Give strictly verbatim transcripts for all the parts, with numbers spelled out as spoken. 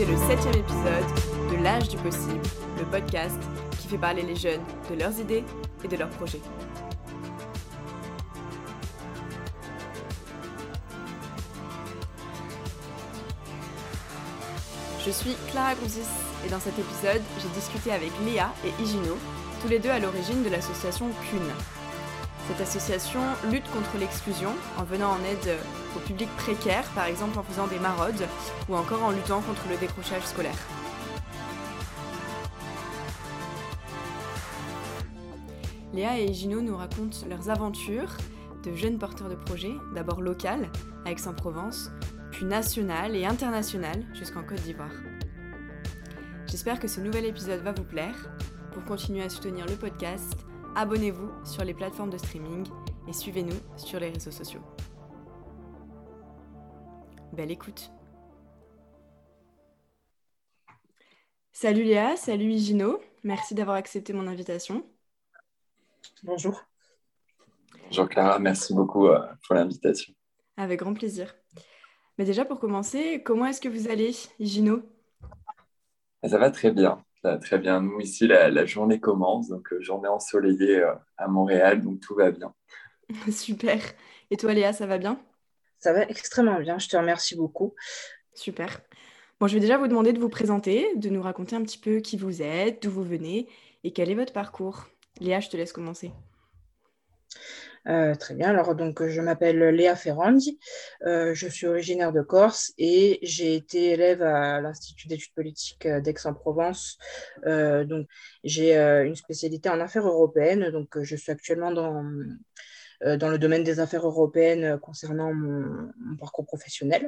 écoutez le septième épisode de L'Âge du possible, le podcast qui fait parler les jeunes de leurs idées et de leurs projets. Je suis Clara Grouzis et dans cet épisode, j'ai discuté avec Léa et Higino, tous les deux à l'origine de l'association Cune. Cette association lutte contre l'exclusion en venant en aide au public précaire, par exemple en faisant des maraudes ou encore en luttant contre le décrochage scolaire. Léa et Higino nous racontent leurs aventures de jeunes porteurs de projets, d'abord local à Aix-en-Provence, puis national et international jusqu'en Côte d'Ivoire. J'espère que ce nouvel épisode va vous plaire. Pour continuer à soutenir le podcast, abonnez-vous sur les plateformes de streaming et suivez-nous sur les réseaux sociaux. Belle écoute. Salut Léa, salut Higino, merci d'avoir accepté mon invitation. Bonjour. Bonjour Clara, merci beaucoup euh, pour l'invitation. Avec grand plaisir. Mais déjà pour commencer, comment est-ce que vous allez, Higino ? Ça va très bien, ça va très bien. Nous ici, la, la journée commence, donc euh, journée ensoleillée euh, à Montréal, donc tout va bien. Super. Et toi Léa, ça va bien ? Ça va extrêmement bien, je te remercie beaucoup. Super. Bon, je vais déjà vous demander de vous présenter, de nous raconter un petit peu qui vous êtes, d'où vous venez et quel est votre parcours. Léa, je te laisse commencer. Euh, très bien, alors donc je m'appelle Léa Ferrandi, euh, je suis originaire de Corse et j'ai été élève à l'Institut d'études politiques d'Aix-en-Provence. Euh, donc j'ai euh, une spécialité en affaires européennes, donc je suis actuellement dans, euh, dans le domaine des affaires européennes concernant mon, mon parcours professionnel.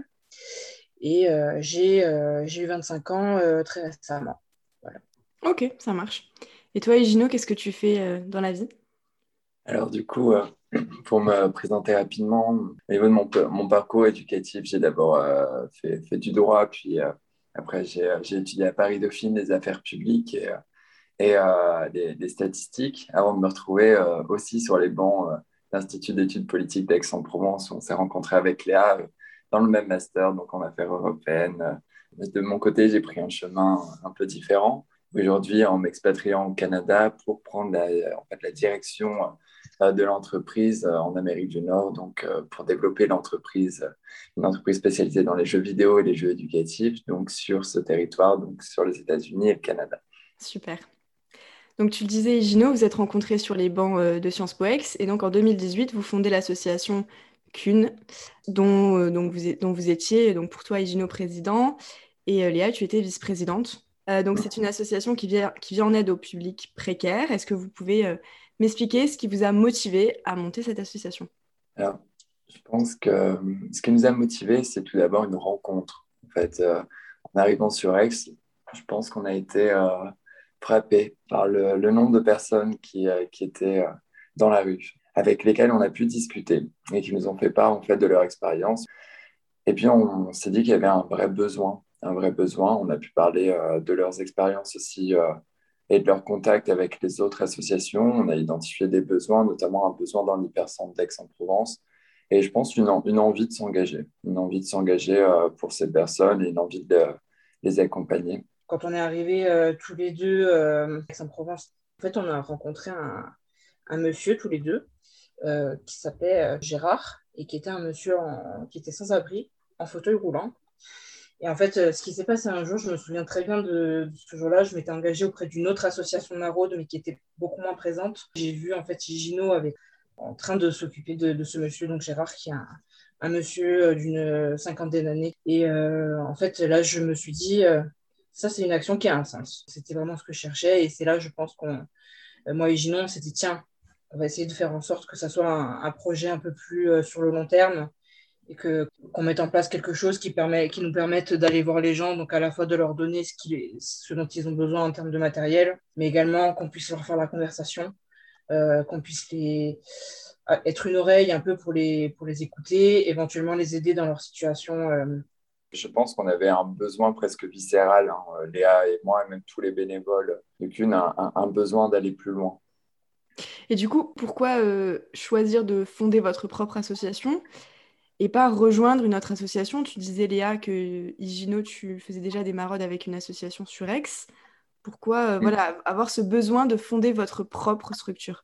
Et euh, j'ai, euh, j'ai eu vingt-cinq ans euh, très récemment. Voilà. Ok, ça marche. Et toi, Higino, qu'est-ce que tu fais euh, dans la vie ? Alors du coup, euh, pour me présenter rapidement, au niveau de mon, mon parcours éducatif, j'ai d'abord euh, fait, fait du droit, puis euh, après j'ai, j'ai étudié à Paris-Dauphine les affaires publiques et, euh, et euh, des, des statistiques, avant de me retrouver euh, aussi sur les bancs euh, de l'Institut d'études politiques d'Aix-en-Provence, où on s'est rencontré avec Léa euh, dans le même master, donc en affaires européennes. De mon côté, j'ai pris un chemin un peu différent. Aujourd'hui, en m'expatriant au Canada pour prendre la, en fait, la direction euh, de l'entreprise euh, en Amérique du Nord, donc euh, pour développer l'entreprise, euh, une entreprise spécialisée dans les jeux vidéo et les jeux éducatifs, donc sur ce territoire, donc sur les États-Unis et le Canada. Super. Donc tu le disais, Higino, vous êtes rencontrés sur les bancs euh, de Sciences Po Ex et donc en deux mille dix-huit, vous fondez l'association Cune, dont, euh, donc vous, dont vous étiez, donc pour toi, Higino, président, et euh, Léa, tu étais vice-présidente. Euh, donc c'est une association qui vient, qui vient en aide au public précaire. Est-ce que vous pouvez euh, m'expliquer ce qui vous a motivé à monter cette association ? Alors, je pense que euh, ce qui nous a motivés, c'est tout d'abord une rencontre. En fait, euh, en arrivant sur Aix, je pense qu'on a été euh, frappés par le, le nombre de personnes qui, euh, qui étaient euh, dans la rue, avec lesquelles on a pu discuter et qui nous ont fait part en fait, de leur expérience. Et puis, on, on s'est dit qu'il y avait un vrai besoin, un vrai besoin. On a pu parler euh, de leurs expériences aussi euh, et de leur contact avec les autres associations. On a identifié des besoins, notamment un besoin dans l'hypercentre d'Aix-en-Provence. Et je pense une, en- une envie de s'engager, une envie de s'engager euh, pour ces personnes et une envie de les accompagner. Quand on est arrivés euh, tous les deux euh, à Aix-en-Provence, en fait, on a rencontré un, un monsieur tous les deux euh, qui s'appelait euh, Gérard et qui était un monsieur en- qui était sans abri, en fauteuil roulant. Et en fait, euh, ce qui s'est passé un jour, je me souviens très bien de, de ce jour-là, je m'étais engagée auprès d'une autre association maraude, mais qui était beaucoup moins présente. J'ai vu en fait Gino avec, en train de s'occuper de, de ce monsieur, donc Gérard, qui est un, un monsieur euh, d'une cinquantaine d'années. Et euh, en fait, là, je me suis dit, euh, ça, c'est une action qui a un sens. C'était vraiment ce que je cherchais. Et c'est là, je pense qu'on, euh, moi et Gino, on s'est dit, tiens, on va essayer de faire en sorte que ça soit un, un projet un peu plus euh, sur le long terme et que, qu'on mette en place quelque chose qui, permet, qui nous permette d'aller voir les gens, donc à la fois de leur donner ce, qui, ce dont ils ont besoin en termes de matériel, mais également qu'on puisse leur faire la conversation, euh, qu'on puisse les, être une oreille un peu pour les, pour les écouter, éventuellement les aider dans leur situation. Euh. Je pense qu'on avait un besoin presque viscéral, hein, Léa et moi, et même tous les bénévoles de Cune, un, un, un besoin d'aller plus loin. Et du coup, pourquoi euh, choisir de fonder votre propre association ? et pas rejoindre une autre association. Tu disais, Léa, que Higino, tu faisais déjà des maraudes avec une association sur Aix. Pourquoi euh, voilà, avoir ce besoin de fonder votre propre structure?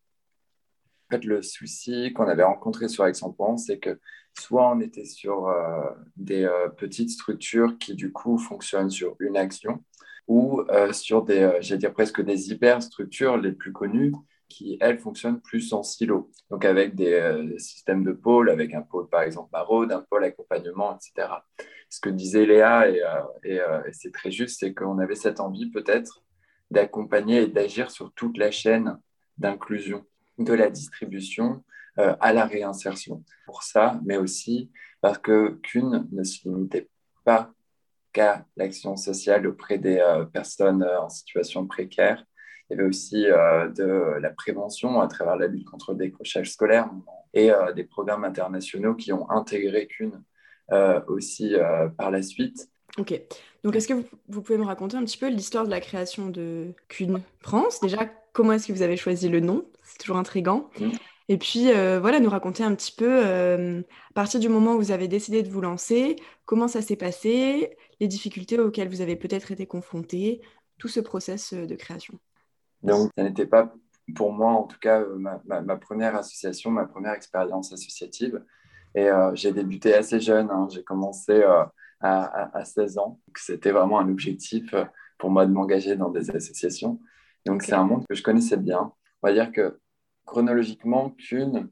En fait, le souci qu'on avait rencontré sur Aix-en-Provence, c'est que soit on était sur euh, des euh, petites structures qui, du coup, fonctionnent sur une action, ou euh, sur des, euh, j'allais dire presque des hyper-structures les plus connues, qui, elles, fonctionnent plus en silo. Donc, avec des euh, systèmes de pôles, avec un pôle, par exemple, maraude, un pôle accompagnement, et cetera. Ce que disait Léa, et, euh, et, euh, et c'est très juste, c'est qu'on avait cette envie, peut-être, d'accompagner et d'agir sur toute la chaîne d'inclusion de la distribution euh, à la réinsertion. Pour ça, mais aussi parce que Kuhn ne se limitait pas qu'à l'action sociale auprès des euh, personnes euh, en situation précaire. Il y avait aussi euh, de la prévention à travers la lutte contre le décrochage scolaire et euh, des programmes internationaux qui ont intégré Kuhn euh, aussi euh, par la suite. Ok. Donc, est-ce que vous, vous pouvez me raconter un petit peu l'histoire de la création de Kuhn France? Déjà, comment est-ce que vous avez choisi le nom? C'est toujours intriguant. Mmh. Et puis, euh, voilà, nous raconter un petit peu, euh, à partir du moment où vous avez décidé de vous lancer, comment ça s'est passé, les difficultés auxquelles vous avez peut-être été confrontés, tout ce process euh, de création. Donc, ça n'était pas pour moi, en tout cas, euh, ma, ma, ma première association, ma première expérience associative. Et euh, j'ai débuté assez jeune, hein. J'ai commencé euh, à, à, à seize ans. Donc, c'était vraiment un objectif euh, pour moi de m'engager dans des associations. Donc, Ok. c'est un monde que je connaissais bien. On va dire que chronologiquement, qu'une,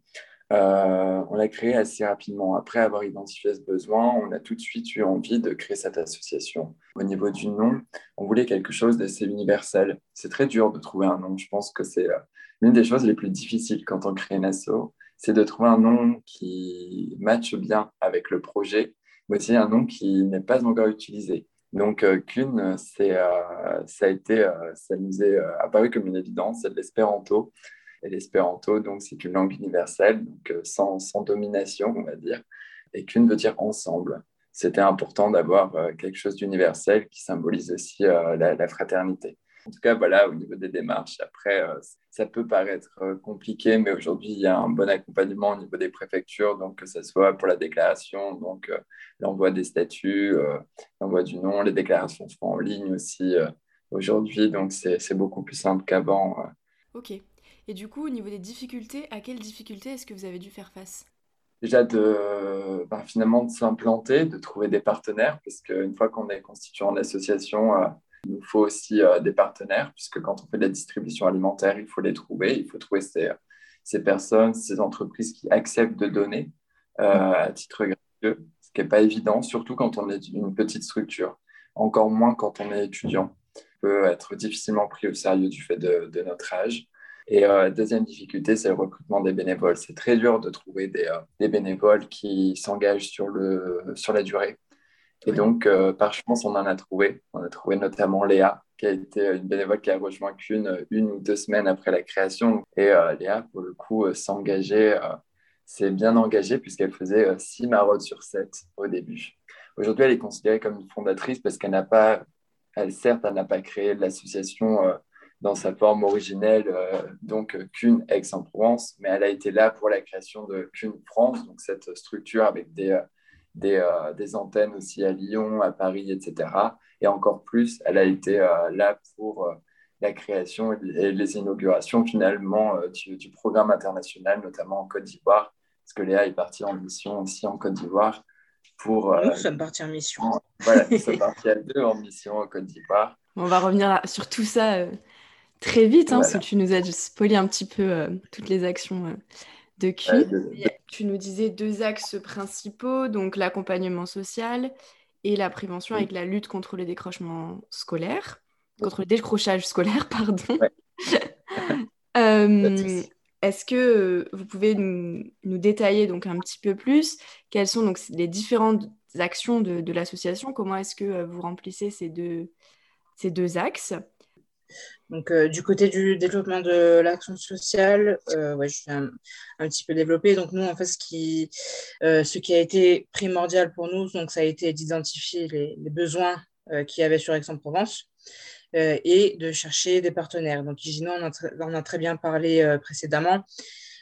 euh, on l'a créé assez rapidement. Après avoir identifié ce besoin, on a tout de suite eu envie de créer cette association. Au niveau du nom, on voulait quelque chose d'assez universel. C'est très dur de trouver un nom. Je pense que c'est euh, l'une des choses les plus difficiles quand on crée une asso, c'est de trouver un nom qui matche bien avec le projet, mais aussi un nom qui n'est pas encore utilisé. Donc, euh, Kuhn, c'est, euh, ça a été, euh, ça nous est euh, apparu comme une évidence, c'est de l'espéranto. Et l'espéranto, donc, c'est une langue universelle, donc euh, sans, sans domination, on va dire. Et Kuhn veut dire ensemble. C'était important d'avoir euh, quelque chose d'universel qui symbolise aussi euh, la, la fraternité. En tout cas, voilà, au niveau des démarches, après, euh, ça peut paraître euh, compliqué, mais aujourd'hui, il y a un bon accompagnement au niveau des préfectures, donc que ce soit pour la déclaration, donc euh, l'envoi des statuts, euh, l'envoi du nom, les déclarations se font en ligne aussi euh, aujourd'hui, donc c'est, c'est beaucoup plus simple qu'avant. euh. Ok. Et du coup, au niveau des difficultés, à quelles difficultés est-ce que vous avez dû faire face? Déjà, de, ben, finalement, de s'implanter, de trouver des partenaires, parce qu'une fois qu'on est constituant de l'association, euh, il nous faut aussi euh, des partenaires, puisque quand on fait de la distribution alimentaire, il faut les trouver, il faut trouver ces, ces personnes, ces entreprises qui acceptent de donner euh, à titre gratuit, ce qui n'est pas évident, surtout quand on est une petite structure, encore moins quand on est étudiant. On peut être difficilement pris au sérieux du fait de, de notre âge. Et euh, deuxième difficulté, c'est le recrutement des bénévoles. C'est très dur de trouver des, euh, des bénévoles qui s'engagent sur, le, sur la durée. Et Ouais. donc, euh, par chance, on en a trouvé. On a trouvé notamment Léa, qui a été une bénévole qui a rejoint qu'une une ou deux semaines après la création. Et euh, Léa, pour le coup, euh, s'engageait, euh, s'est bien engagée puisqu'elle faisait euh, six maraudes sur sept au début. Aujourd'hui, elle est considérée comme une fondatrice parce qu'elle n'a pas, elle, certes, elle n'a pas créé l'association euh, dans sa forme originelle, euh, donc euh, qu'une Aix-en-Provence, mais elle a été là pour la création de qu'une France, donc cette structure avec des, euh, des, euh, des antennes aussi à Lyon, à Paris, et cetera. Et encore plus, elle a été euh, là pour euh, la création et les inaugurations finalement euh, du, du programme international, notamment en Côte d'Ivoire, parce que Léa est partie en mission aussi en Côte d'Ivoire pour... Nous euh, sommes partis en mission. voilà, nous sommes partis à deux en mission en Côte d'Ivoire. On va revenir à- sur tout ça euh, très vite, hein, parce que Voilà. tu nous as spoilé un petit peu euh, toutes les actions euh, de Q. Euh, de- Et tu nous disais deux axes principaux, donc l'accompagnement social et la prévention de- avec la lutte contre le décrochement scolaire, contre le décrochage scolaire, pardon. ouais, pas de Euh, souci. est-ce que euh, vous pouvez nous, nous détailler donc un petit peu plus quelles sont donc les différentes actions de, de l'association? Comment est-ce que euh, vous remplissez ces deux, ces deux axes? Donc, euh, du côté du développement de l'action sociale, euh, ouais, je vais un, un petit peu développer. Donc, nous, en fait, ce qui, euh, ce qui a été primordial pour nous, donc, ça a été d'identifier les, les besoins euh, qu'il y avait sur Aix-en-Provence euh, et de chercher des partenaires. Donc, Igino, on, a tr- on a très bien parlé euh, précédemment.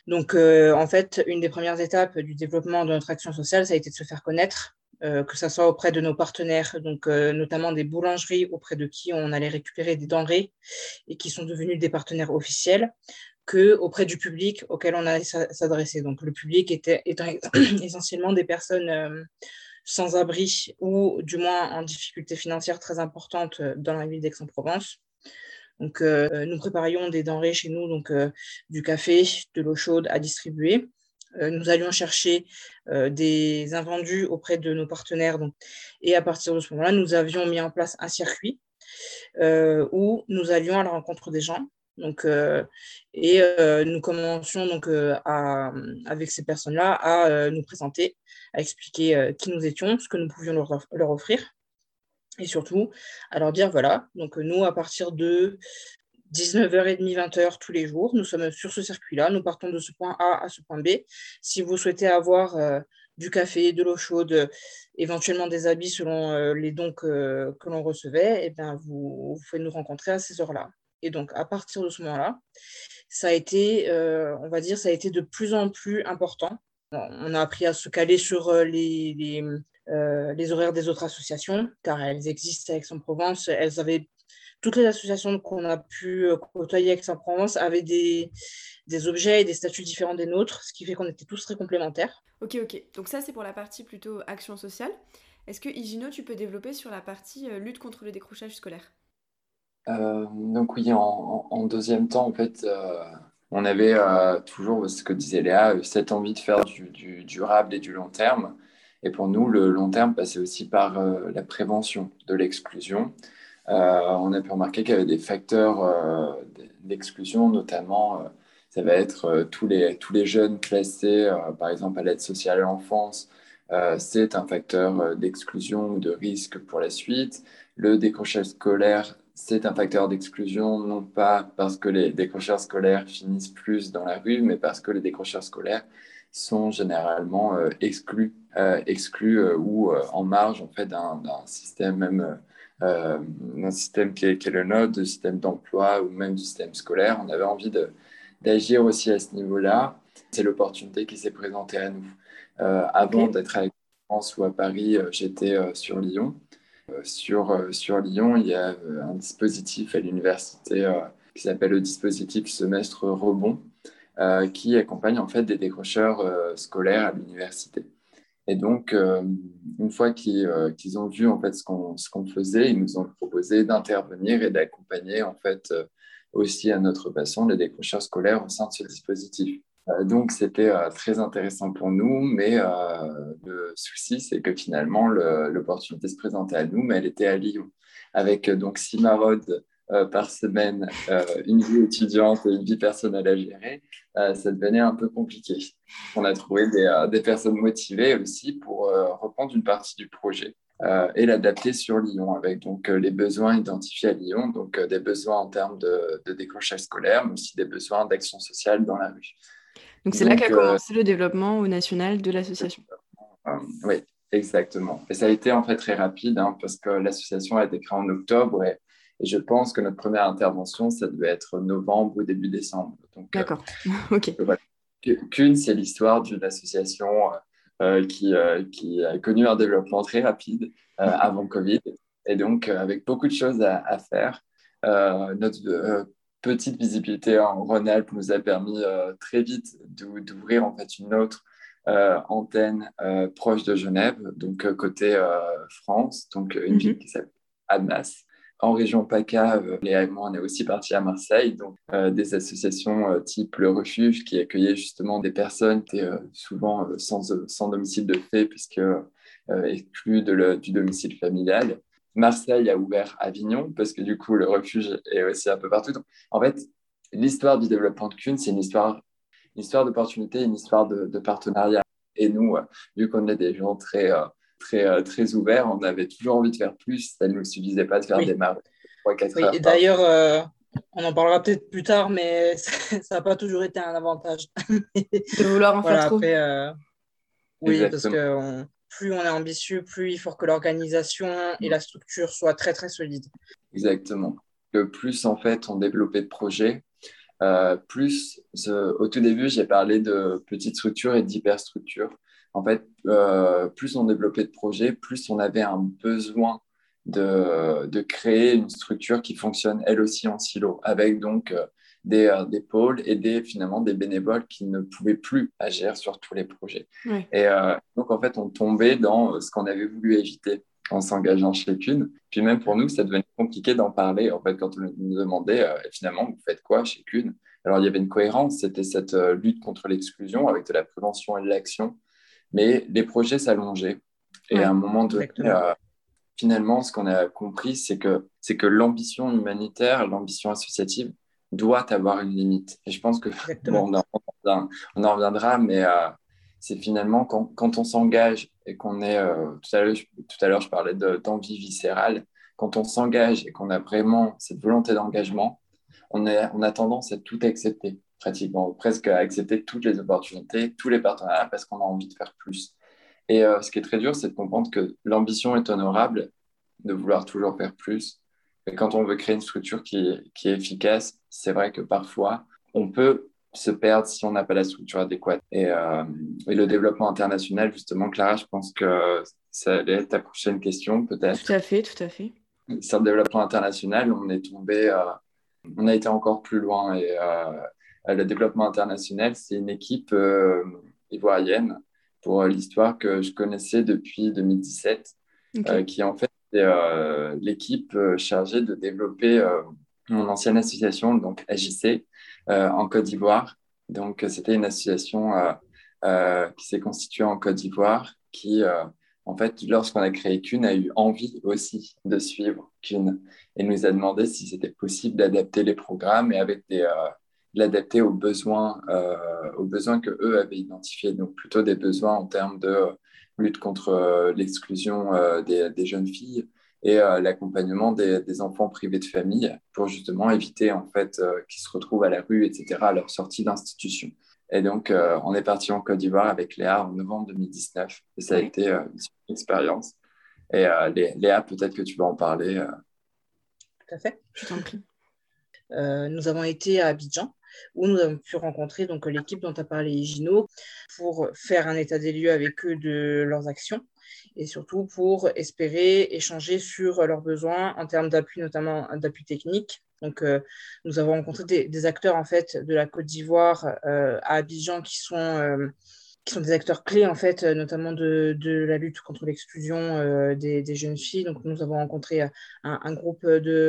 Donc, euh, en fait, une des premières étapes du développement de notre action sociale, ça a été de se faire connaître, euh, que ce soit auprès de nos partenaires, donc euh, notamment des boulangeries auprès de qui on allait récupérer des denrées et qui sont devenus des partenaires officiels, que auprès du public auquel on allait s'adresser. Donc, le public était étant essentiellement des personnes euh, sans abri ou du moins en difficulté financière très importante dans la ville d'Aix-en-Provence. Donc, euh, nous préparions des denrées chez nous, donc euh, du café, de l'eau chaude à distribuer. Euh, nous allions chercher euh, des invendus auprès de nos partenaires. Donc, et à partir de ce moment-là, nous avions mis en place un circuit euh, où nous allions à la rencontre des gens. Donc, euh, et euh, nous commencions donc, euh, à, avec ces personnes-là à euh, nous présenter, à expliquer euh, qui nous étions, ce que nous pouvions leur, leur offrir. Et surtout, à leur dire, voilà, donc nous, à partir de dix-neuf heures trente, vingt heures tous les jours, nous sommes sur ce circuit-là, nous partons de ce point A à ce point B. Si vous souhaitez avoir euh, du café, de l'eau chaude, euh, éventuellement des habits selon euh, les dons que, que l'on recevait, eh bien, vous, vous pouvez nous rencontrer à ces heures-là. Et donc, à partir de ce moment-là, ça a été, euh, on va dire, ça a été de plus en plus important. On a appris à se caler sur euh, les... les Euh, les horaires des autres associations, car elles existent à Aix-en-Provence. Elles avaient, toutes les associations qu'on a pu côtoyer à Aix-en-Provence avaient des, des objets et des statuts différents des nôtres, ce qui fait qu'on était tous très complémentaires. Ok, ok. Donc ça, c'est pour la partie plutôt action sociale. Est-ce que, Higino, tu peux développer sur la partie euh, lutte contre le décrochage scolaire? Euh, donc oui, en, en- en deuxième temps, en fait, euh, on avait euh, toujours ce que disait Léa, euh, cette envie de faire du, du durable et du long terme. Et pour nous, le long terme passait aussi par euh, la prévention de l'exclusion. Euh, on a pu remarquer qu'il y avait des facteurs euh, d'exclusion, notamment, euh, ça va être euh, tous les, tous les jeunes placés, euh, par exemple, à l'aide sociale à l'enfance. Euh, c'est un facteur euh, d'exclusion ou de risque pour la suite. Le décrochage scolaire, c'est un facteur d'exclusion, non pas parce que les décrocheurs scolaires finissent plus dans la rue, mais parce que les décrocheurs scolaires sont généralement euh, exclus, euh, exclus euh, ou euh, en marge en fait d'un d'un système même euh, d'un système qui est, qui est le nôtre, du système d'emploi ou même du système scolaire. On avait envie de, d'agir aussi à ce niveau-là. C'est l'opportunité qui s'est présentée à nous. Euh, avant Ok. d'être à France ou à Paris, euh, j'étais euh, sur Lyon. Euh, sur, euh, sur Lyon, il y a euh, un dispositif à l'université euh, qui s'appelle le dispositif Semestre Rebond, euh, qui accompagne en fait des décrocheurs euh, scolaires à l'université. Et donc, euh, une fois qu'ils euh, qu'ils ont vu en fait ce qu'on ce qu'on faisait, ils nous ont proposé d'intervenir et d'accompagner en fait euh, aussi à notre façon les décrocheurs scolaires au sein de ce dispositif. Euh, donc, c'était euh, très intéressant pour nous, mais euh, le souci, c'est que finalement, le- l'opportunité se présentait à nous, mais elle était à Lyon, avec euh, donc six maraudes euh, par semaine, euh, une vie étudiante et une vie personnelle à gérer. Euh, ça devenait un peu compliqué. On a trouvé des, euh, des personnes motivées aussi pour euh, reprendre une partie du projet euh, et l'adapter sur Lyon avec donc euh, les besoins identifiés à Lyon, donc euh, des besoins en termes de, de décrochage scolaire, mais aussi des besoins d'action sociale dans la rue. Donc c'est là qu'a Donc, euh, commencé le développement au national de l'association. euh, oui, exactement. Et ça a été en fait très rapide hein, parce que l'association a été créée en octobre et, et je pense que notre première intervention, ça devait être novembre ou début décembre. Donc, euh, D'accord. Ok. voilà. Qu'une, c'est l'histoire d'une association euh, qui, euh, qui a connu un développement très rapide euh, avant Covid et donc euh, avec beaucoup de choses à, à faire. Euh, notre euh, petite visibilité en Rhône-Alpes nous a permis euh, très vite d'ou- d'ouvrir en fait une autre euh, antenne euh, proche de Genève, donc euh, côté euh, France, donc euh, une ville Mhm. qui s'appelle Annemasse. En région PACA, euh, Léa et moi, on est aussi partis à Marseille, donc euh, des associations euh, type Le Refuge qui accueillaient justement des personnes qui étaient euh, souvent euh, sans, sans domicile de fait, puisque euh, exclues de le- du domicile familial. Marseille a ouvert Avignon, parce que du coup, Le Refuge est aussi un peu partout. Donc, en fait, l'histoire du développement de Kuhn, c'est une histoire, une histoire d'opportunité, une histoire de, de partenariat. Et nous, euh, vu qu'on est des gens très... euh, très, euh, très ouvert. On avait toujours envie de faire plus. Ça ne nous suffisait pas de faire des Oui, maraudes trois quatre oui. Et heures par jour. d'ailleurs, euh, on en parlera peut-être plus tard, mais ça n'a pas toujours été un avantage. De vouloir en faire Voilà, trop. après, euh, oui, parce Exactement. que on- plus on est ambitieux, plus il faut que l'organisation et la structure soient très, très solides. Exactement. Le plus, en fait, on développait de projets, Euh, plus, euh, au tout début, j'ai parlé de petites structures et d'hyperstructures. En fait, euh, plus on développait de projets, plus on avait un besoin de, de créer une structure qui fonctionne elle aussi en silo, avec donc euh, des, euh, des pôles et des, finalement des bénévoles qui ne pouvaient plus agir sur tous les projets. Ouais. Et euh, donc, en fait, on tombait dans ce qu'on avait voulu éviter en s'engageant chez Kuhn. Puis même pour nous, ça devenait compliqué d'en parler. En fait, quand on nous demandait, euh, finalement, vous faites quoi chez Kuhn? Alors, il y avait une cohérence, c'était cette euh, lutte contre l'exclusion avec de la prévention et de l'action. Mais les projets s'allongeaient. Et à Ouais. un moment donné, Exactement. euh, finalement, ce qu'on a compris, c'est que, c'est que l'ambition humanitaire, l'ambition associative doit avoir une limite. Et je pense que, Exactement. bon, on en, on en- on en reviendra, mais euh, c'est finalement quand, quand on s'engage et qu'on est, euh, tout à l'heure, je, tout à l'heure, je parlais de- d'envie viscérale, quand on s'engage et qu'on a vraiment cette volonté d'engagement, on, est, on a tendance à tout accepter, pratiquement, presque à accepter toutes les opportunités, tous les partenariats, parce qu'on a envie de faire plus. Et euh, ce qui est très dur, c'est de comprendre que l'ambition est honorable, de vouloir toujours faire plus. Et quand on veut créer une structure qui, qui est efficace, c'est vrai que parfois, on peut se perdre si on n'a pas la structure adéquate. Et, euh, et le développement international, justement, Clara, je pense que ça allait être ta prochaine question, Tout peut-être. à fait, tout à fait. Sur le développement international, on est tombé, euh, on a été encore plus loin. Et euh, le développement international, c'est une équipe euh, ivoirienne, pour l'histoire, que je connaissais depuis deux mille dix-sept, euh, Ok. qui en fait est euh, l'équipe euh, chargée de développer euh, mon ancienne association, donc A J C, euh, en Côte d'Ivoire. Donc, c'était une association euh, euh, qui s'est constituée en Côte d'Ivoire, qui, euh, en fait, lorsqu'on a créé Kuhn, a eu envie aussi de suivre Kuhn et nous a demandé si c'était possible d'adapter les programmes et avec des, euh, de l'adapter aux besoins, euh, aux besoins que eux avaient identifiés, donc plutôt des besoins en termes de euh, lutte contre euh, l'exclusion euh, des, des jeunes filles et euh, l'accompagnement des, des enfants privés de famille pour justement éviter en fait euh, qu'ils se retrouvent à la rue, et cetera, à leur sortie d'institution. Et donc, euh, on est parti en Côte d'Ivoire avec Léa en novembre deux mille dix-neuf. Et ça a Ouais, été euh, une expérience. Et euh, Léa, peut-être que tu vas en parler. euh. Tout à fait. je t'en prie. Euh, nous avons été à Abidjan, où nous avons pu rencontrer donc, l'équipe dont a parlé Gino pour faire un état des lieux avec eux de leurs actions et surtout pour espérer échanger sur leurs besoins en termes d'appui, notamment d'appui technique. Donc, euh, nous avons rencontré des, des acteurs en fait, de la Côte d'Ivoire euh, à Abidjan qui sont, euh, qui sont des acteurs clés, en fait, notamment de, de la lutte contre l'exclusion euh, des, des jeunes filles. Donc, nous avons rencontré un, un groupe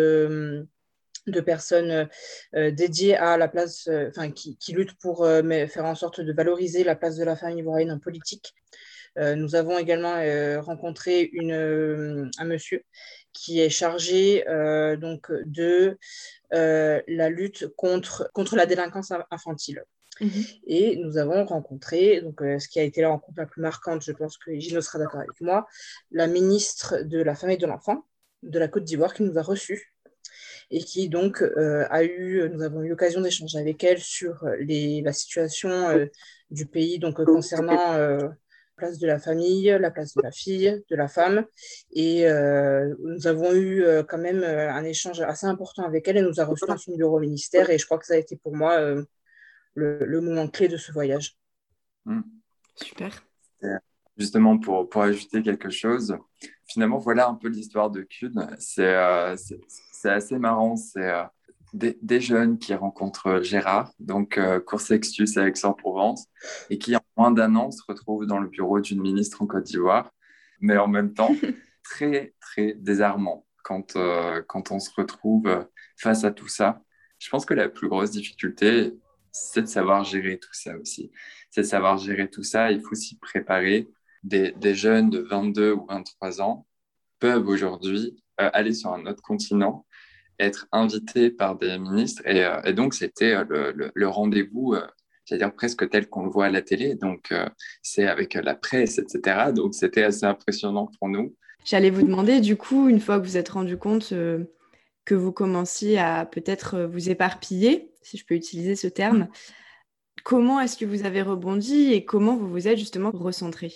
de de personnes euh, dédiées à la place, euh, enfin, qui, qui luttent pour euh, mais faire en sorte de valoriser la place de la femme ivoirienne en politique. Euh, nous avons également euh, rencontré une, euh, un monsieur qui est chargé euh, donc de euh, la lutte contre, contre la délinquance infantile. Mhm. Et nous avons rencontré, donc, euh, ce qui a été la rencontre la plus marquante, je pense que Gino sera d'accord avec moi, la ministre de la Femme et de l'Enfant de la Côte d'Ivoire qui nous a reçus et qui donc euh, a eu, nous avons eu l'occasion d'échanger avec elle sur les, la situation euh, du pays donc euh, concernant euh, la place de la famille, la place de la fille, de la femme. Et euh, nous avons eu euh, quand même euh, un échange assez important avec elle. Elle nous a reçus dans son bureau au ministère et je crois que ça a été pour moi euh, le, le moment clé de ce voyage. Mm. Super. Et justement, pour, pour ajouter quelque chose, finalement, voilà un peu l'histoire de Kuhn. C'est euh, c'est c'est assez marrant. C'est euh, des, des jeunes qui rencontrent Gérard, donc euh, Coursextus à Aix-en-Provence, et qui, en moins d'un an, se retrouvent dans le bureau d'une ministre en Côte d'Ivoire, mais en même temps, très, très désarmant quand, euh, quand on se retrouve face à tout ça. Je pense que la plus grosse difficulté, c'est de savoir gérer tout ça aussi. C'est de savoir gérer tout ça. Il faut s'y préparer. Des, des jeunes de vingt-deux ou vingt-trois ans peuvent aujourd'hui euh, aller sur un autre continent, être invités par des ministres. Et, euh, et donc, c'était euh, le, le, le rendez-vous, euh, c'est-à-dire presque tel qu'on le voit à la télé. Donc, euh, c'est avec euh, la presse, et cetera. Donc, c'était assez impressionnant pour nous. J'allais vous demander, du coup, une fois que vous êtes rendu compte euh, que vous commenciez à peut-être euh, vous éparpiller, si je peux utiliser ce terme, comment est-ce que vous avez rebondi et comment vous vous êtes justement recentré?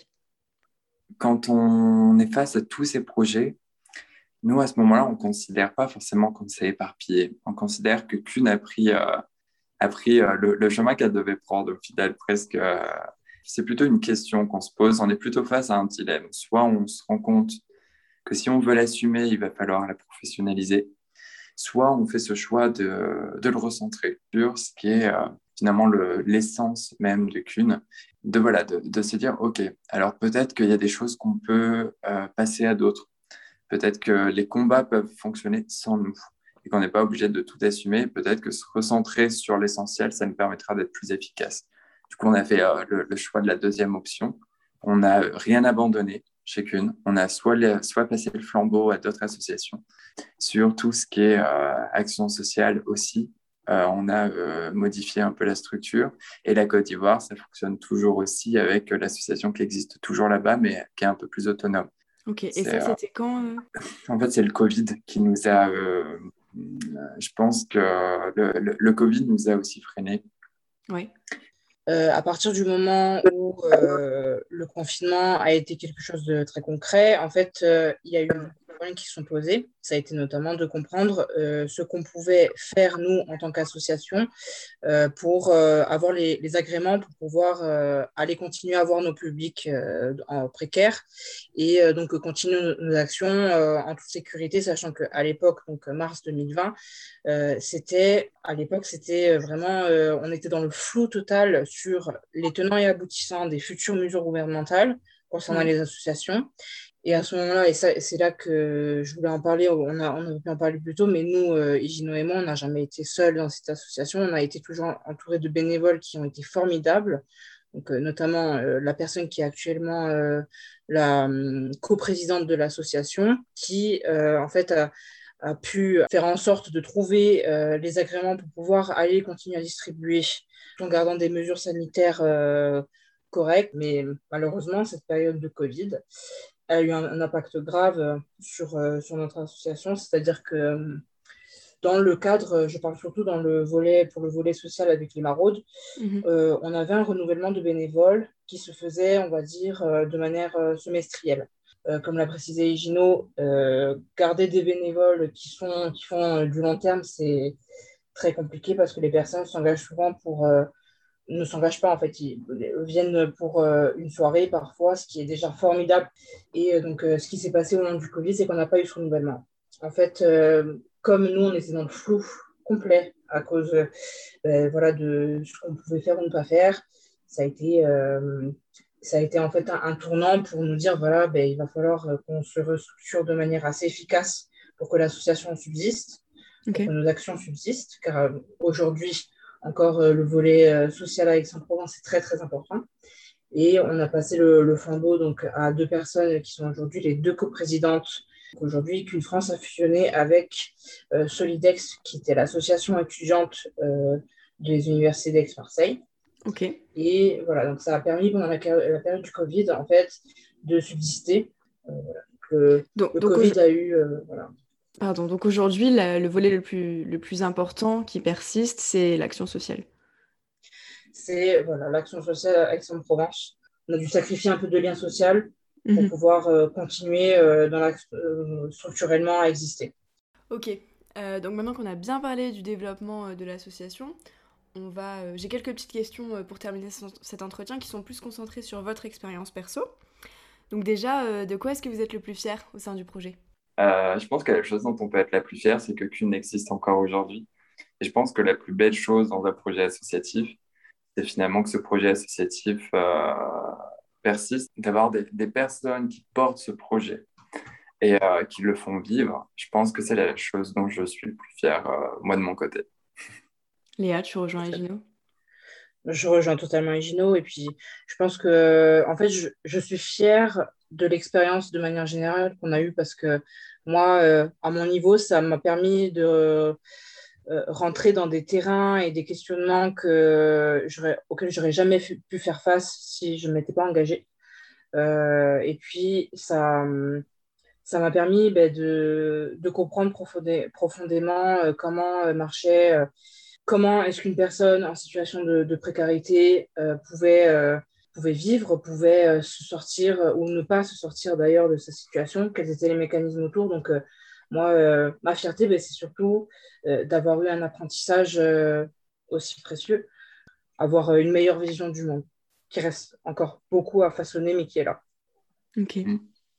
Quand on est face à tous ces projets, nous, à ce moment-là, on ne considère pas forcément qu'on s'est éparpillé. On considère que Kuhn a pris, euh, a pris euh, le, le chemin qu'elle devait prendre au final presque. Euh, c'est plutôt une question qu'on se pose. On est plutôt face à un dilemme. Soit on se rend compte que si on veut l'assumer, il va falloir la professionnaliser. Soit on fait ce choix de, de le recentrer sur ce qui est euh, finalement le, l'essence même de Kuhn, de, voilà, de, de se dire, OK, alors peut-être qu'il y a des choses qu'on peut euh, passer à d'autres. Peut-être que les combats peuvent fonctionner sans nous et qu'on n'est pas obligé de tout assumer. Peut-être que se recentrer sur l'essentiel, ça nous permettra d'être plus efficace. Du coup, on a fait euh, le, le choix de la deuxième option. On n'a rien abandonné chez Kuhn. On a soit, les, soit passé le flambeau à d'autres associations. Sur tout ce qui est euh, action sociale aussi, euh, on a euh, modifié un peu la structure. Et la Côte d'Ivoire, ça fonctionne toujours aussi avec l'association qui existe toujours là-bas, mais qui est un peu plus autonome. Ok, et C'est, ça, euh, c'était quand euh... En fait, c'est le Covid qui nous a... Euh, je pense que le, le, le Covid nous a aussi freinés. Ouais. Euh, à partir du moment où euh, le confinement a été quelque chose de très concret, en fait, euh, il y a eu beaucoup de problèmes qui se sont posés. Ça a été notamment de comprendre euh, ce qu'on pouvait faire, nous, en tant qu'association, euh, pour euh, avoir les, les agréments, pour pouvoir euh, aller continuer à voir nos publics euh, en précaire et euh, donc continuer nos, nos actions euh, en toute sécurité, sachant qu'à l'époque, donc mars deux mille vingt, euh, c'était, à l'époque, c'était vraiment, euh, on était dans le flou total sur les tenants et aboutissants des futures mesures gouvernementales concernant Ouais. les associations. Et à ce moment-là, et, ça, et c'est là que je voulais en parler, on, a, on aurait pu en parler plus tôt, mais nous, euh, Higino et moi, on n'a jamais été seuls dans cette association. On a été toujours entourés de bénévoles qui ont été formidables. Donc, euh, notamment euh, la personne qui est actuellement euh, la euh, coprésidente de l'association, qui, euh, en fait, a, a pu faire en sorte de trouver euh, les agréments pour pouvoir aller continuer à distribuer en gardant des mesures sanitaires euh, correctes. Mais malheureusement, cette période de Covid a eu un, un impact grave sur, euh, sur notre association, c'est-à-dire que euh, dans le cadre, je parle surtout dans le volet, pour le volet social avec les maraudes, Mhm. euh, on avait un renouvellement de bénévoles qui se faisait, on va dire, euh, de manière euh, semestrielle. Euh, comme l'a précisé Higino, euh, garder des bénévoles qui, sont, qui font euh, du long terme, c'est très compliqué parce que les personnes s'engagent souvent pour, euh, ne s'engagent pas en fait, ils viennent pour euh, une soirée parfois, ce qui est déjà formidable. Et euh, donc, euh, ce qui s'est passé au moment du Covid, c'est qu'on n'a pas eu ce renouvellement. En fait, euh, comme nous, on était dans le flou complet à cause euh, voilà, de ce qu'on pouvait faire ou ne pas faire, ça a été, euh, ça a été en fait un, un tournant pour nous dire voilà, ben, il va falloir qu'on se restructure de manière assez efficace pour que l'association subsiste, pour Ok. que nos actions subsistent, car euh, aujourd'hui, encore euh, le volet euh, social à Aix-en-Provence est très très important. Et on a passé le, le flambeau donc, à deux personnes qui sont aujourd'hui les deux coprésidentes. Aujourd'hui, Qu'une France a fusionné avec euh, Solidex, qui était l'association étudiante euh, des universités d'Aix-Marseille. Ok. Et voilà, donc ça a permis pendant la, la période du Covid, en fait, de subsister. Euh, voilà. Le, Donc, le donc, Covid a eu, euh, voilà. Pardon. Donc aujourd'hui, la- le volet le plus, le plus important qui persiste, c'est l'action sociale. C'est voilà, l'action sociale à Aix-en-Provence. On a dû sacrifier un peu de lien social pour Mhm. pouvoir euh, continuer euh, dans la, euh, structurellement à exister. Ok. Euh, donc maintenant qu'on a bien parlé du développement euh, de l'association, on va. euh, j'ai quelques petites questions euh, pour terminer ce- cet entretien qui sont plus concentrées sur votre expérience perso. Donc déjà, euh, de quoi est-ce que vous êtes le plus fier au sein du projet? Euh, je pense que la chose dont on peut être la plus fière, c'est que Kuhn existe encore aujourd'hui. Et je pense que la plus belle chose dans un projet associatif, c'est finalement que ce projet associatif euh, persiste, d'avoir des, des personnes qui portent ce projet et euh, qui le font vivre. Je pense que c'est la chose dont je suis le plus fier, euh, moi, de mon côté. Léa, tu rejoins Egino? Je rejoins totalement Egino et puis je pense que en fait je, je suis fière de l'expérience de manière générale qu'on a eue parce que moi euh, à mon niveau ça m'a permis de euh, rentrer dans des terrains et des questionnements que j'aurais, auxquels j'aurais jamais fu- pu faire face si je ne m'étais pas engagée. Euh, et puis ça ça m'a permis ben, de, de comprendre profondé- profondément euh, comment euh, marchait euh, comment est-ce qu'une personne en situation de, de précarité euh, pouvait, euh, pouvait vivre, pouvait euh, se sortir euh, ou ne pas se sortir d'ailleurs de sa situation, quels étaient les mécanismes autour. Donc, euh, moi, euh, ma fierté, ben, c'est surtout euh, d'avoir eu un apprentissage euh, aussi précieux, avoir une meilleure vision du monde, qui reste encore beaucoup à façonner, mais qui est là. Ok. Mm.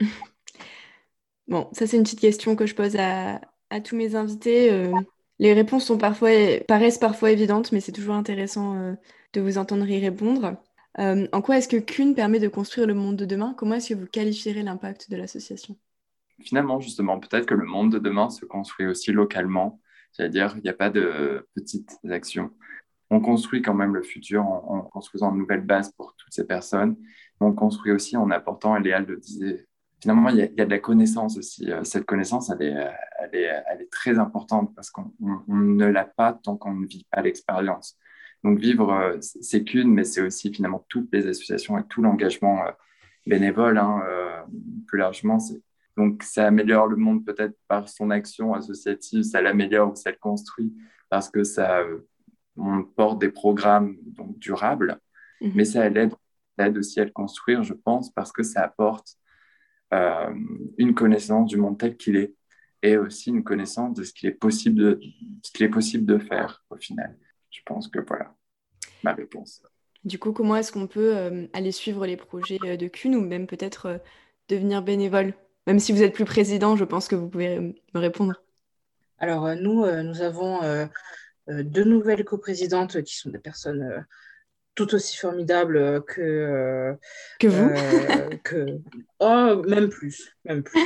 Bon, ça c'est une petite question que je pose à, à tous mes invités. Euh, les réponses sont parfois, paraissent parfois évidentes, mais c'est toujours intéressant euh, de vous entendre y répondre. Euh, en quoi est-ce que Kuhn permet de construire le monde de demain? Comment est-ce que vous qualifierez l'impact de l'association? Finalement, justement, peut-être que le monde de demain se construit aussi localement. C'est-à-dire, il n'y a pas de petites actions. On construit quand même le futur en, en construisant de nouvelles bases pour toutes ces personnes. On construit aussi en apportant, et Léa le disait, finalement, il y a, il y a de la connaissance aussi. Cette connaissance, elle est, elle est, elle est très importante parce qu'on on, on ne l'a pas tant qu'on ne vit pas l'expérience. Donc, vivre, c'est qu'une, mais c'est aussi finalement toutes les associations et tout l'engagement bénévole, hein, euh, plus largement. C'est... Donc, ça améliore le monde peut-être par son action associative, ça l'améliore ou ça le construit parce que ça... Euh, on porte des programmes donc, durables, mmh. mais ça aide, ça aide aussi à le construire, je pense, parce que ça apporte euh, une connaissance du monde tel qu'il est et aussi une connaissance de ce qu'il est possible de, ce qu'il est possible de faire au final. Je pense que voilà ma réponse. Du coup, comment est-ce qu'on peut euh, aller suivre les projets de Kuhn ou même peut-être euh, devenir bénévole? Même si vous êtes plus président, je pense que vous pouvez me répondre. Alors, euh, nous, euh, nous avons euh, euh, deux nouvelles coprésidentes qui sont des personnes euh, tout aussi formidables que... Euh, que vous euh, que... Oh, même plus, même plus.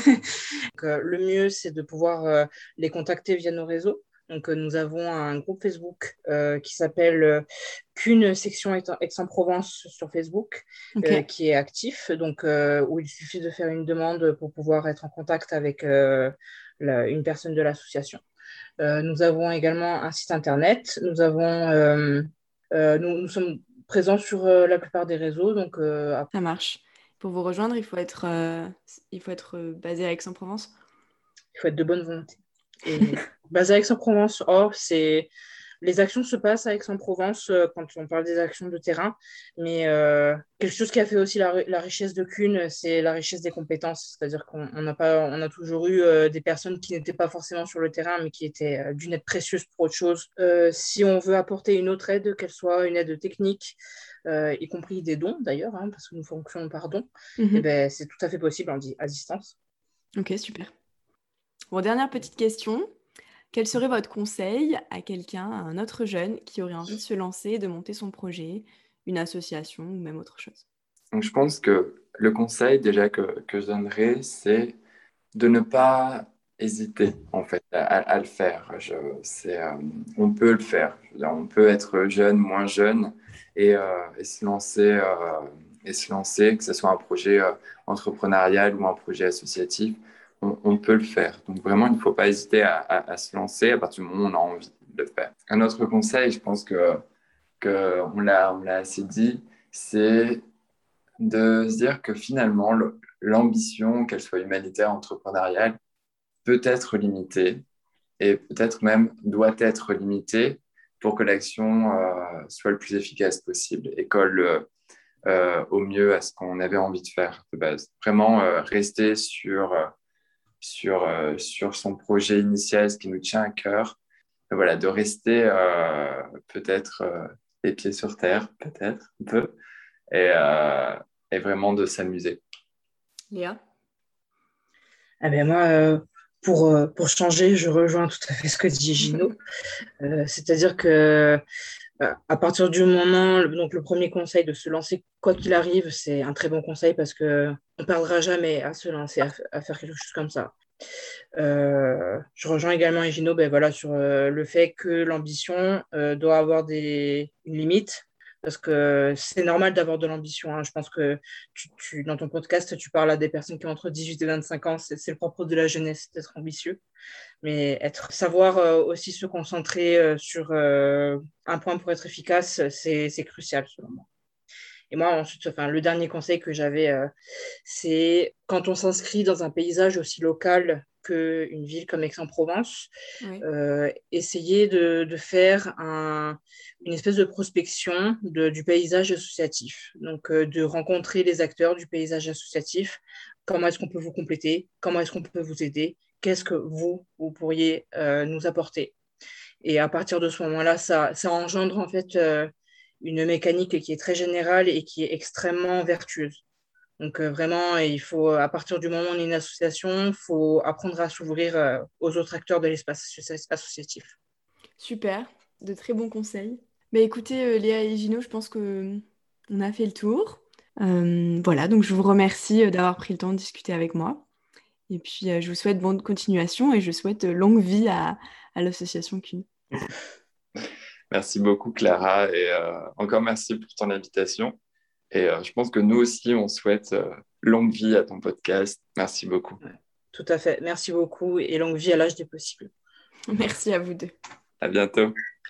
Donc, euh, le mieux, c'est de pouvoir euh, les contacter via nos réseaux. Donc, euh, nous avons un groupe Facebook euh, qui s'appelle euh, Kuhn section Aix-en-Provence sur Facebook, okay. euh, qui est actif, donc euh, où il suffit de faire une demande pour pouvoir être en contact avec euh, la, une personne de l'association. Euh, nous avons également un site internet. Nous avons, euh, euh, nous, nous sommes présents sur euh, la plupart des réseaux. Donc, euh, ça marche. Pour vous rejoindre, il faut être, euh, il faut être basé à Aix-en-Provence. Il faut être de bonne volonté. Et basé à Aix-en-Provence, oh, c'est... les actions se passent à Aix-en-Provence euh, quand on parle des actions de terrain, mais euh, quelque chose qui a fait aussi la, la richesse de Kuhn, c'est la richesse des compétences. C'est-à-dire qu'on on a, pas, on a toujours eu euh, des personnes qui n'étaient pas forcément sur le terrain, mais qui étaient euh, d'une aide précieuse pour autre chose. Euh, si on veut apporter une autre aide, qu'elle soit une aide technique, euh, y compris des dons d'ailleurs, hein, parce que nous fonctionnons par dons, mm-hmm. et ben, c'est tout à fait possible en, à distance. Ok, super. Bon, dernière petite question. Quel serait votre conseil à quelqu'un, à un autre jeune qui aurait envie de se lancer, de monter son projet, une association ou même autre chose? Donc, je pense que le conseil déjà que, que je donnerais, c'est de ne pas hésiter en fait à, à le faire. Je, c'est, euh, on peut le faire. Je veux dire, on peut être jeune, moins jeune et, euh, et se lancer, euh, et se lancer, que ce soit un projet euh, entrepreneurial ou un projet associatif. On, on peut le faire. Donc vraiment, il ne faut pas hésiter à, à, à se lancer à partir du moment où on a envie de le faire. Un autre conseil, je pense que, que on l'a, on l'a assez dit, c'est de se dire que finalement, le, l'ambition, qu'elle soit humanitaire, entrepreneuriale, peut être limitée et peut-être même doit être limitée pour que l'action euh, soit le plus efficace possible et colle euh, au mieux à ce qu'on avait envie de faire de base. Vraiment euh, rester sur, euh, sur, euh, sur son projet initial, ce qui nous tient à cœur. Et voilà, de rester euh, peut-être euh, les pieds sur terre, peut-être un peu, et, euh, et vraiment de s'amuser. Léa? Ah ben moi, euh, pour, euh, pour changer, je rejoins tout à fait ce que dit Gino. euh, c'est-à-dire que euh, à partir du moment, donc le premier conseil de se lancer, quoi qu'il arrive, c'est un très bon conseil parce qu'on ne perdra jamais à se lancer, à, à faire quelque chose comme ça. Euh, je rejoins également Gino ben voilà, sur euh, le fait que l'ambition euh, doit avoir des, une limite. Parce que c'est normal d'avoir de l'ambition. Hein. Je pense que tu, tu, dans ton podcast, tu parles à des personnes qui ont entre dix-huit et vingt-cinq ans. C'est, c'est le propre de la jeunesse d'être ambitieux. Mais être, savoir euh, aussi se concentrer euh, sur euh, un point pour être efficace, c'est, c'est crucial selon moi. Et moi, ensuite, enfin, le dernier conseil que j'avais, euh, c'est quand on s'inscrit dans un paysage aussi local qu'une ville comme Aix-en-Provence, oui. euh, essayer de, de faire un, une espèce de prospection de, du paysage associatif. Donc, euh, de rencontrer les acteurs du paysage associatif. Comment est-ce qu'on peut vous compléter? Comment est-ce qu'on peut vous aider? Qu'est-ce que vous, vous pourriez euh, nous apporter? Et à partir de ce moment-là, ça, ça engendre en fait euh, une mécanique qui est très générale et qui est extrêmement vertueuse. Donc euh, vraiment, il faut, à partir du moment où on est une association, il faut apprendre à s'ouvrir euh, aux autres acteurs de l'espace associ- associatif. Super, de très bons conseils. Bah écoutez, euh, Léa et Gino, je pense que euh, on a fait le tour. Euh, voilà, donc je vous remercie euh, d'avoir pris le temps de discuter avec moi. Et puis, euh, je vous souhaite bonne continuation et je souhaite euh, longue vie à, à l'association Q N. Merci beaucoup, Clara, et euh, encore merci pour ton invitation. Et euh, je pense que nous aussi, on souhaite euh, longue vie à ton podcast. Merci beaucoup. Ouais, tout à fait. Merci beaucoup et longue vie à l'âge des possibles. Merci à vous deux. À bientôt.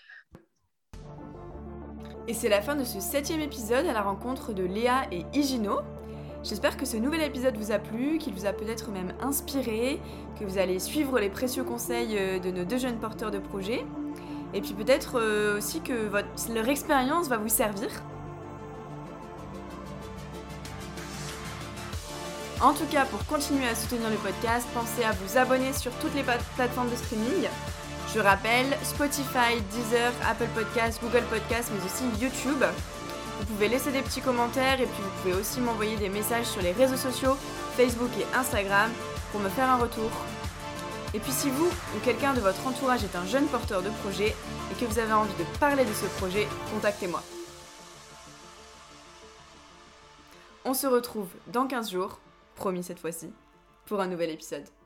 Et c'est la fin de ce septième épisode à la rencontre de Léa et Higino. J'espère que ce nouvel épisode vous a plu, qu'il vous a peut-être même inspiré, que vous allez suivre les précieux conseils de nos deux jeunes porteurs de projets, et puis peut-être euh, aussi que votre, leur expérience va vous servir. En tout cas, pour continuer à soutenir le podcast, pensez à vous abonner sur toutes les plateformes de streaming. Je rappelle, Spotify, Deezer, Apple Podcasts, Google Podcasts, mais aussi YouTube. Vous pouvez laisser des petits commentaires et puis vous pouvez aussi m'envoyer des messages sur les réseaux sociaux, Facebook et Instagram, pour me faire un retour. Et puis si vous ou quelqu'un de votre entourage est un jeune porteur de projet et que vous avez envie de parler de ce projet, contactez-moi. On se retrouve dans quinze jours, promis cette fois-ci, pour un nouvel épisode.